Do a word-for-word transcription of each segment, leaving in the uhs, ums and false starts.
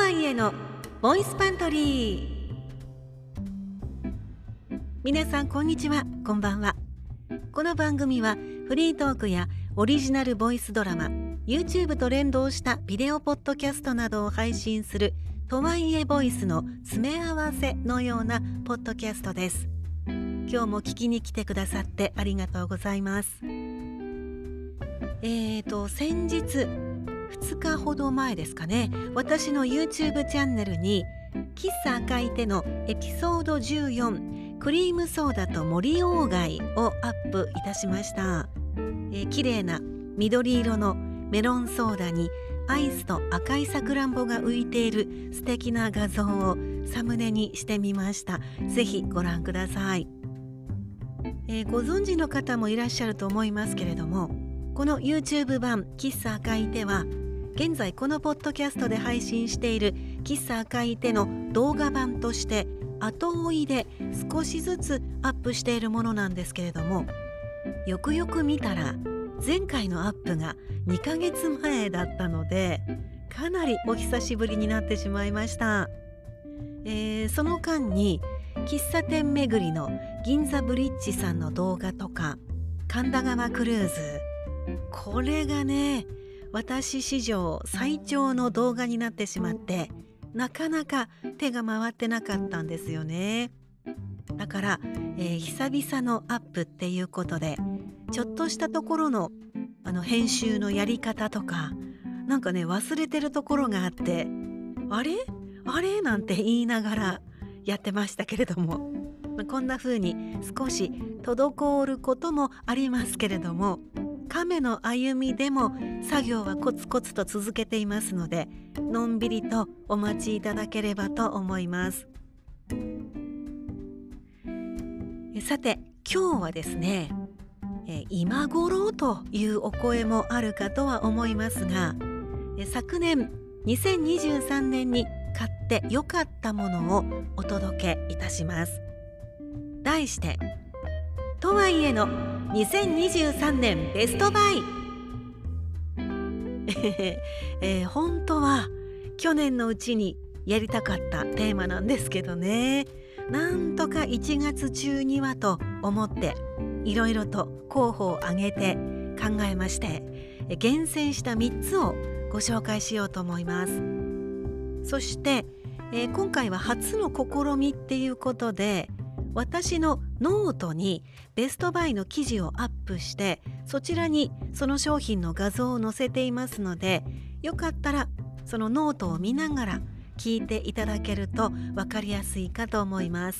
はいえのボイスパントリー。皆さんこんにちは、こんばんは。この番組はフリートークやオリジナルボイスドラマ、 YouTube と連動したビデオポッドキャストなどを配信するとはいえボイスの詰め合わせのようなポッドキャストです。今日も聞きに来てくださってありがとうございます。えーと先日ふつかほど前ですかね、私の YouTube チャンネルに喫茶赤い手のエピソードじゅうよん、クリームソーダと森鴎外をアップいたしました。えー、綺麗な緑色のメロンソーダにアイスと赤いさくらんぼが浮いている素敵な画像をサムネにしてみました。ぜひご覧ください。えー、ご存知の方もいらっしゃると思いますけれども、この YouTube 版喫茶赤い手は現在このポッドキャストで配信している喫茶赤い手の動画版として後追いで少しずつアップしているものなんですけれども、よくよく見たら前回のアップがにかげつまえだったので、かなりお久しぶりになってしまいました。えー、その間に喫茶店巡りの銀座ブリッジさんの動画とか神田川クルーズ、これがね私史上最長の動画になってしまって、なかなか手が回ってなかったんですよね。だから、えー、久々のアップっていうことで、ちょっとしたところのあの編集のやり方とかなんかね忘れてるところがあって、あれあれなんて言いながらやってましたけれども、まあ、こんな風に少し滞ることもありますけれども、亀の歩みでも作業はコツコツと続けていますので、のんびりとお待ちいただければと思います。さて今日はですね、え今頃というお声もあるかとは思いますが、え昨年にせんにじゅうさんねんに買ってよかったものをお届けいたします。題してとはいえのにせんにじゅうさんねんベストバイえー、本当は去年のうちにやりたかったテーマなんですけどね、なんとかいちがつ中にはと思っていろいろと候補を挙げて考えまして、厳選したみっつをご紹介しようと思います。そして、えー、今回は初の試みっていうことで、私のノートにベストバイの記事をアップして、そちらにその商品の画像を載せていますので、よかったらそのノートを見ながら聞いていただけると分かりやすいかと思います。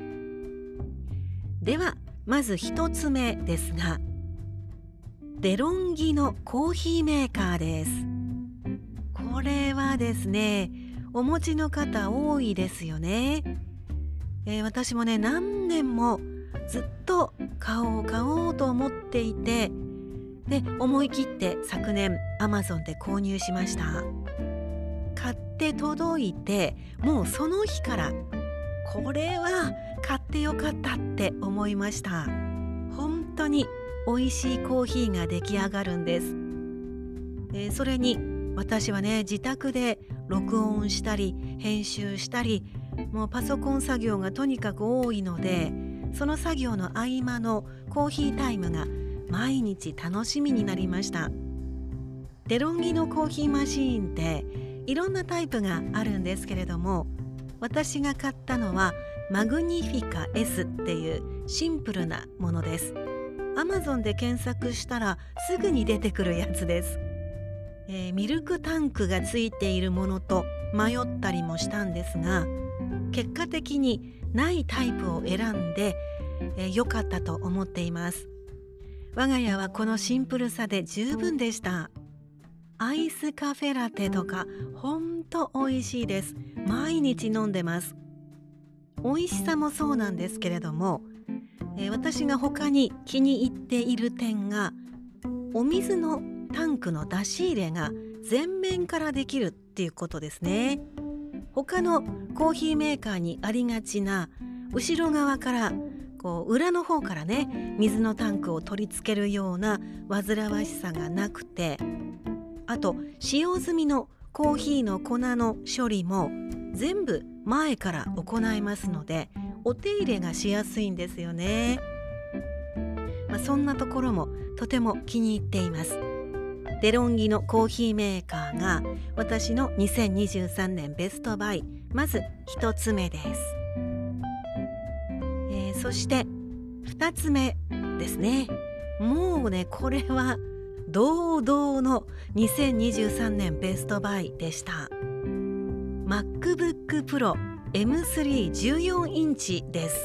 ではまず一つ目ですが、デロンギのコーヒーメーカーです。これはですね、お持ちの方多いですよね。えー、私もね何年もずっと買おう買おうと思っていて、で思い切って昨年 Amazon で購入しました。買って届いて、もうその日からこれは買ってよかったって思いました。本当に美味しいコーヒーが出来上がるんです。えー、それに私はね自宅で録音したり編集したり、もうパソコン作業がとにかく多いので、その作業の合間のコーヒータイムが毎日楽しみになりました。デロンギのコーヒーマシーンっていろんなタイプがあるんですけれども、私が買ったのはマグニフィカ エス っていうシンプルなものです。 Amazon で検索したらすぐに出てくるやつです。えー、ミルクタンクがついているものと迷ったりもしたんですが、結果的にないタイプを選んでえー、良かったと思っています。我が家はこのシンプルさで十分でした。アイスカフェラテとかほんと美味しいです。毎日飲んでます。美味しさもそうなんですけれども、えー、私が他に気に入っている点が、お水のタンクの出し入れが前面からできるっていうことですね。他のコーヒーメーカーにありがちな後ろ側からこう裏の方からね水のタンクを取り付けるような煩わしさがなくて、あと使用済みのコーヒーの粉の処理も全部前から行いますので、お手入れがしやすいんですよね。まあ、そんなところもとても気に入っています。デロンギのコーヒーメーカーが私のにせんにじゅうさんねんベストバイ、まずひとつめです。えー、そしてふたつめですね。もうね、これは堂々のにせんにじゅうさんねんベストバイでした。 MacBook Pro エムスリーじゅうよん インチです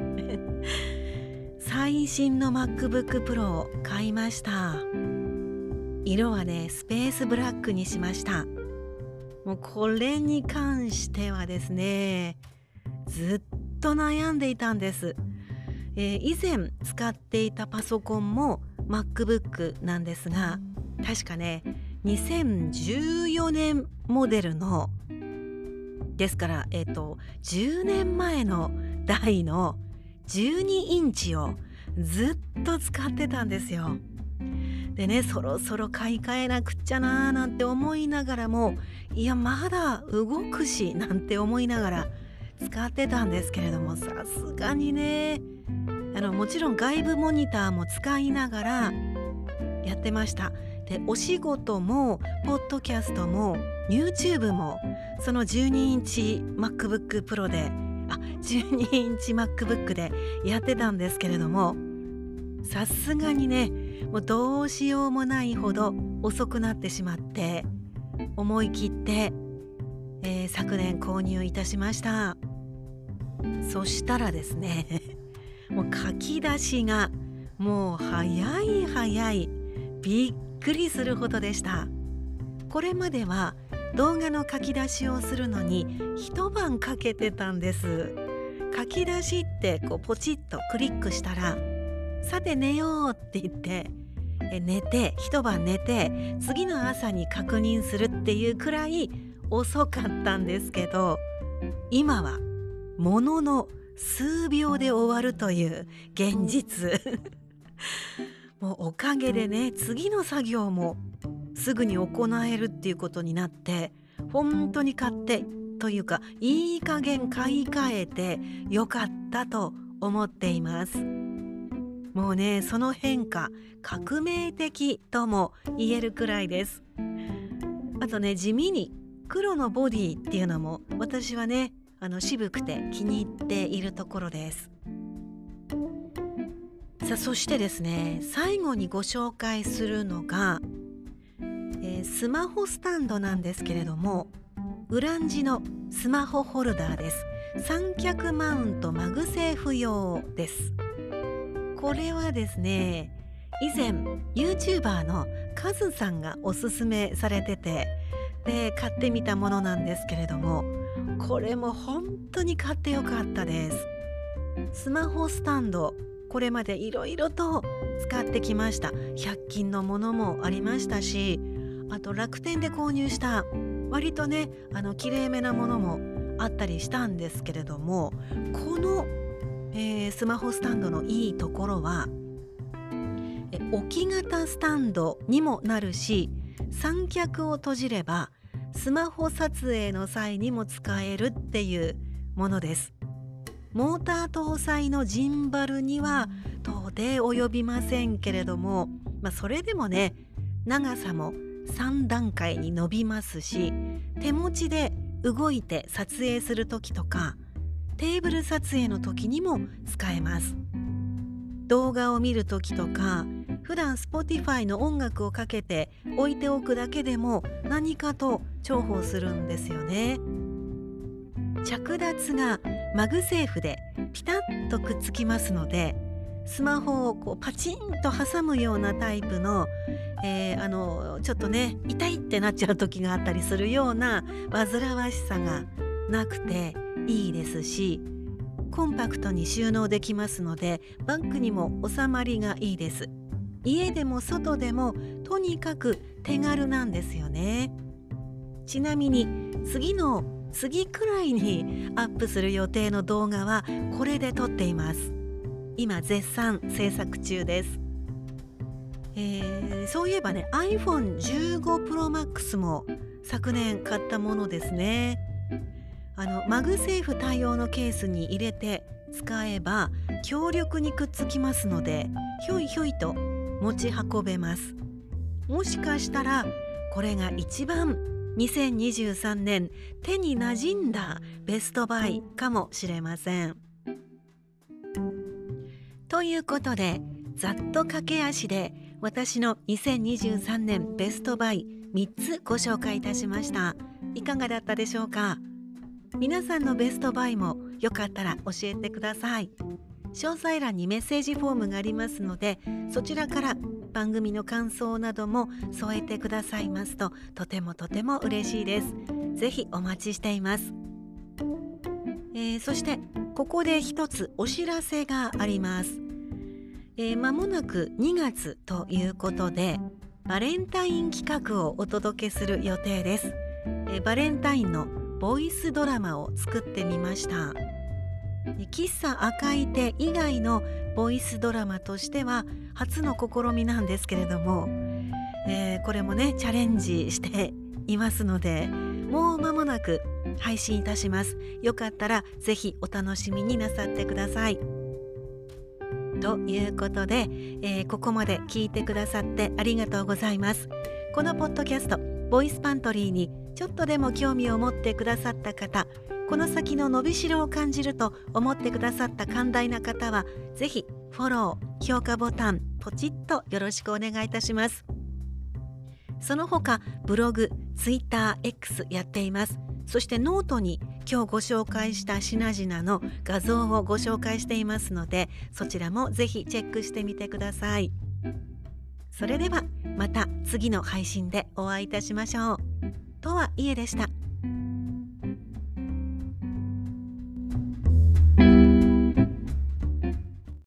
最新の MacBook Pro を買いました。色はね、スペースブラックにしました。もうこれに関してはですね、ずっと悩んでいたんです。えー、以前使っていたパソコンも MacBook なんですが、確かねにせんじゅうよねんモデルのですから、えーと、じゅうねんまえの代のじゅうにインチをずっと使ってたんですよ。でね、そろそろ買い替えなくっちゃなーなんて思いながらも、いやまだ動くしなんて思いながら使ってたんですけれども、さすがにね、あのもちろん外部モニターも使いながらやってました。で、お仕事もポッドキャストも YouTube もそのじゅうにインチ MacBook Pro であじゅうにインチ MacBook でやってたんですけれども、さすがにね、もうどうしようもないほど遅くなってしまって、思い切って、えー、昨年購入いたしました。そしたらですねもう書き出しがもう早い早い、びっくりするほどでした。これまでは動画の書き出しをするのに一晩かけてたんです。書き出しってこうポチッとクリックしたら、さて寝ようって言ってえ寝て一晩寝て次の朝に確認するっていうくらい遅かったんですけど、今はものの数秒で終わるという現実もうおかげでね、次の作業もすぐに行えるっていうことになって、本当に買ってというかいい加減買い替えてよかったと思っています。もうね、その変化革命的とも言えるくらいです。あとね、地味に黒のボディっていうのも私はね、あの渋くて気に入っているところです。さあ、そしてですね、最後にご紹介するのが、えー、スマホスタンドなんですけれども、ウランジのスマホホルダーです。三脚マウントマグセーフ用です。これはですね、以前 YouTuber のカズさんがおすすめされてて、で買ってみたものなんですけれども、これも本当に買ってよかったです。スマホスタンド、これまでいろいろと使ってきました。ひゃく均のものもありましたし、あと楽天で購入した割とね、あのきれいめなものもあったりしたんですけれども、この、えー、スマホスタンドのいいところは、え置き型スタンドにもなるし、三脚を閉じればスマホ撮影の際にも使えるっていうものです。モーター搭載のジンバルには到底及びませんけれども、まあ、それでもね、長さもさん段階に伸びますし、手持ちで動いて撮影する時とかテーブル撮影の時にも使えます。動画を見る時とか、普段 Spotify の音楽をかけて置いておくだけでも何かと重宝するんですよね。着脱がマグセーフでピタッとくっつきますので、スマホをこうパチンと挟むようなタイプの、えー、あのちょっとね痛いってなっちゃう時があったりするような煩わしさがなくていいですし、コンパクトに収納できますのでバッグにも収まりがいいです。家でも外でもとにかく手軽なんですよね。ちなみに次の次くらいにアップする予定の動画はこれで撮っています。今絶賛制作中です。えー、そういえばね アイフォンじゅうごプロマックス も昨年買ったものですね。あのマグセーフ対応のケースに入れて使えば強力にくっつきますので、ひょいひょいと持ち運べます。もしかしたらこれが一番にせんにじゅうさんねん手に馴染んだベストバイかもしれません。ということで、ざっと駆け足で私のにせんにじゅうさんねんベストバイみっつご紹介いたしました。いかがだったでしょうか。皆さんのベストバイもよかったら教えてください。詳細欄にメッセージフォームがありますので、そちらから番組の感想なども添えてくださいますととてもとても嬉しいです。ぜひお待ちしています。えー、そしてここで一つお知らせがあります。えー、間もなくにがつということでバレンタイン企画をお届けする予定です。えー、バレンタインのボイスドラマを作ってみました。喫茶赤い手以外のボイスドラマとしては初の試みなんですけれども、えー、これもねチャレンジしていますので、もう間もなく配信いたします。よかったらぜひお楽しみになさってください。ということで、えー、ここまで聞いてくださってありがとうございます。このポッドキャストボイスパントリーにちょっとでも興味を持ってくださった方、この先の伸びしろを感じると思ってくださった寛大な方は、ぜひフォロー、評価ボタンポチッとよろしくお願いいたします。その他ブログ、ツイッター、X やっています。そしてノートに今日ご紹介した品々の画像をご紹介していますので、そちらもぜひチェックしてみてください。それではまた次の配信でお会いいたしましょう。とはいえでした。